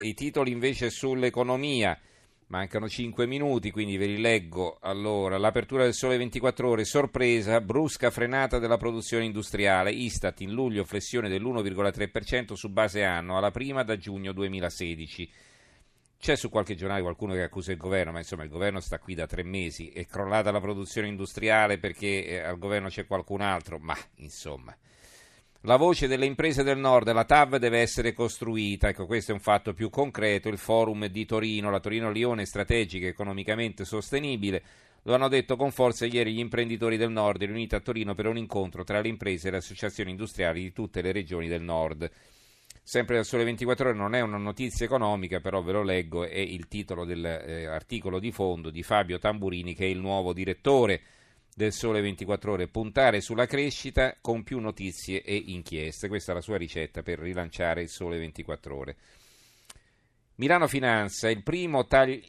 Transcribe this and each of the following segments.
I titoli invece sull'economia. Mancano 5 minuti, quindi ve li leggo. Allora, l'apertura del Sole 24 Ore, sorpresa, brusca frenata della produzione industriale. Istat in luglio flessione dell'1,3% su base annua, la prima da giugno 2016. C'è su qualche giornale qualcuno che accusa il governo, ma insomma il governo sta qui da 3 mesi. È crollata la produzione industriale perché al governo c'è qualcun altro, ma insomma... La voce delle imprese del nord, la TAV deve essere costruita, ecco questo è un fatto più concreto, il forum di Torino, la Torino-Lione strategica e economicamente sostenibile, lo hanno detto con forza ieri gli imprenditori del nord riuniti a Torino per un incontro tra le imprese e le associazioni industriali di tutte le regioni del nord. Sempre dal Sole 24 Ore non è una notizia economica, però ve lo leggo, è il titolo dell'articolo di fondo di Fabio Tamburini che è il nuovo direttore del Sole 24 Ore, puntare sulla crescita con più notizie e inchieste. Questa è la sua ricetta per rilanciare il Sole 24 Ore. Milano Finanza, il piano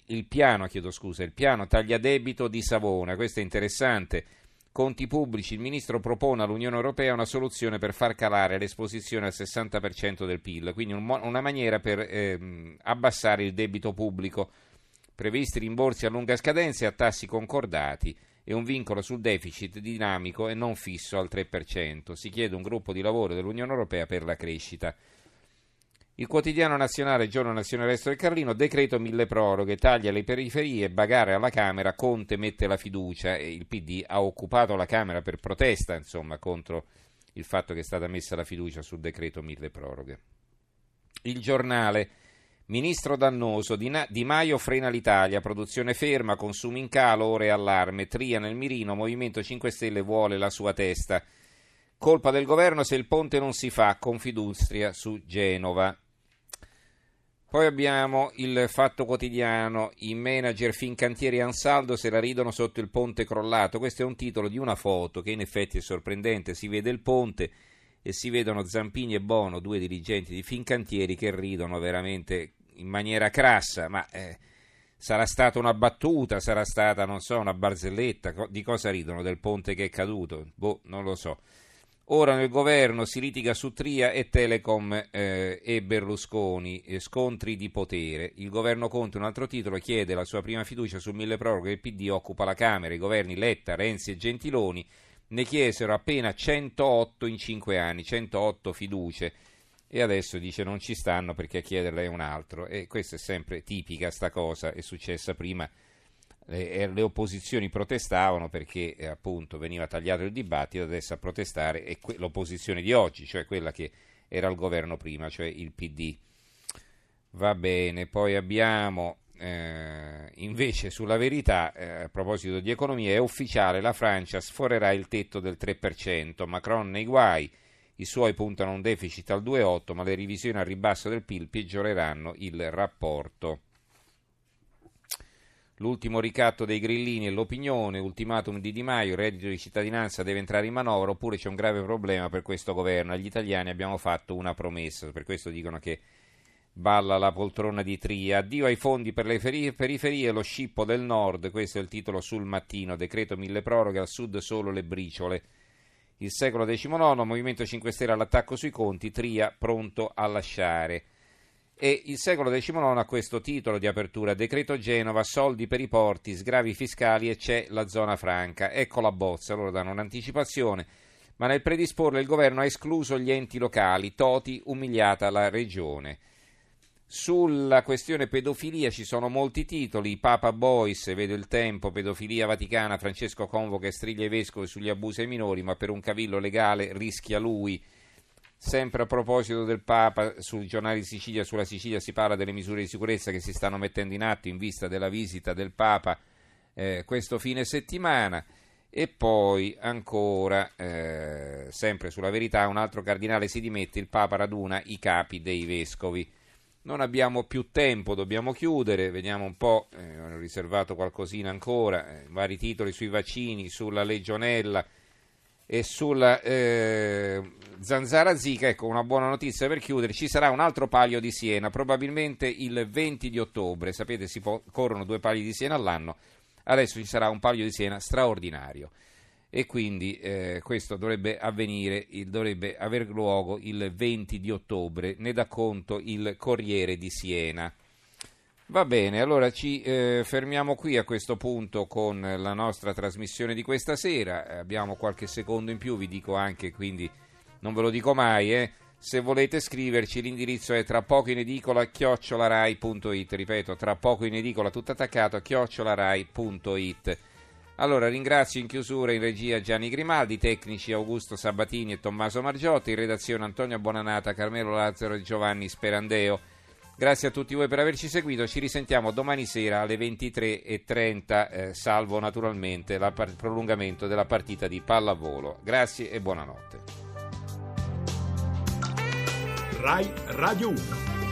tagliadebito di Savona, questo è interessante. Conti pubblici, il ministro propone all'Unione Europea una soluzione per far calare l'esposizione al 60% del PIL, quindi una maniera per abbassare il debito pubblico. Previsti rimborsi a lunga scadenza e a tassi concordati e un vincolo sul deficit dinamico e non fisso al 3%. Si chiede un gruppo di lavoro dell'Unione Europea per la crescita. Il quotidiano nazionale, Giorno Nazionale Resto del Carlino, decreto mille proroghe, taglia le periferie, bagarre alla Camera, Conte mette la fiducia e il PD ha occupato la Camera per protesta, insomma, contro il fatto che è stata messa la fiducia sul decreto mille proroghe. Il Giornale, ministro dannoso, Di Maio frena l'Italia, produzione ferma, consumi in calo, ore allarme, Tria nel mirino, Movimento 5 Stelle vuole la sua testa. Colpa del governo se il ponte non si fa, Confindustria su Genova. Poi abbiamo il Fatto Quotidiano, i manager Fincantieri e Ansaldo se la ridono sotto il ponte crollato. Questo è un titolo di una foto che in effetti è sorprendente, si vede il ponte e si vedono Zampini e Bono, due dirigenti di Fincantieri che ridono veramente in maniera crassa, ma sarà stata una battuta, sarà stata, non so, una barzelletta, di cosa ridono? Del ponte che è caduto? Non lo so. Ora nel governo si litiga su Tria e Telecom e Berlusconi, scontri di potere. Il governo Conte, un altro titolo, chiede la sua prima fiducia su mille proroghe, il PD occupa la Camera, i governi Letta, Renzi e Gentiloni ne chiesero appena 108 in 5 anni, 108 fiducie. E adesso dice non ci stanno perché a chiederla è un altro. E questa è sempre tipica sta cosa, è successa prima. Le opposizioni protestavano perché appunto veniva tagliato il dibattito, adesso a protestare è l'opposizione di oggi, cioè quella che era al governo prima, cioè il PD. Va bene, poi abbiamo invece sulla Verità, a proposito di economia, è ufficiale, la Francia sforerà il tetto del 3%, Macron nei guai, i suoi puntano a un deficit al 2,8, ma le revisioni al ribasso del PIL peggioreranno il rapporto. L'ultimo ricatto dei grillini e l'opinione, ultimatum di Di Maio, il reddito di cittadinanza deve entrare in manovra oppure c'è un grave problema per questo governo. Agli italiani abbiamo fatto una promessa, per questo dicono che balla la poltrona di Tria. Addio ai fondi per le periferie, lo scippo del nord, questo è il titolo sul Mattino, decreto mille proroghe, al sud solo le briciole. Il secolo XIX, Movimento 5 Stelle all'attacco sui conti, Tria pronto a lasciare. E il secolo XIX ha questo titolo di apertura, decreto Genova, soldi per i porti, sgravi fiscali e c'è la zona franca. Ecco la bozza, loro danno un'anticipazione, ma nel predisporle il governo ha escluso gli enti locali, Toti umiliata la regione. Sulla questione pedofilia ci sono molti titoli, Papa Boys, vedo il Tempo, pedofilia vaticana, Francesco convoca e striglia i vescovi sugli abusi ai minori, ma per un cavillo legale rischia lui. Sempre a proposito del Papa, sui giornali di Sicilia, sulla Sicilia si parla delle misure di sicurezza che si stanno mettendo in atto in vista della visita del Papa questo fine settimana. E poi ancora, sempre sulla Verità, un altro cardinale si dimette, il Papa raduna i capi dei vescovi. Non abbiamo più tempo, dobbiamo chiudere, vediamo un po', ho riservato qualcosina ancora, vari titoli sui vaccini, sulla legionella e sulla zanzara zika. Ecco una buona notizia per chiudere, ci sarà un altro Palio di Siena, probabilmente il 20 di ottobre, sapete corrono 2 Pali di Siena all'anno, adesso ci sarà un Palio di Siena straordinario. e quindi questo dovrebbe aver luogo il 20 di ottobre, ne dà conto il Corriere di Siena. Va bene, allora ci fermiamo qui a questo punto con la nostra trasmissione di questa sera. Abbiamo qualche secondo in più, vi dico anche, quindi non ve lo dico mai, se volete scriverci l'indirizzo è tra poco in edicola @rai.it, ripeto, tra poco in edicola tutto attaccato @rai.it. Allora ringrazio in chiusura in regia Gianni Grimaldi, tecnici Augusto Sabatini e Tommaso Margiotti, in redazione Antonio Bonanata, Carmelo Lazzaro e Giovanni Sperandeo. Grazie a tutti voi per averci seguito, ci risentiamo domani sera alle 23:30, salvo naturalmente il prolungamento della partita di pallavolo. Grazie e buonanotte. Rai Radio 1.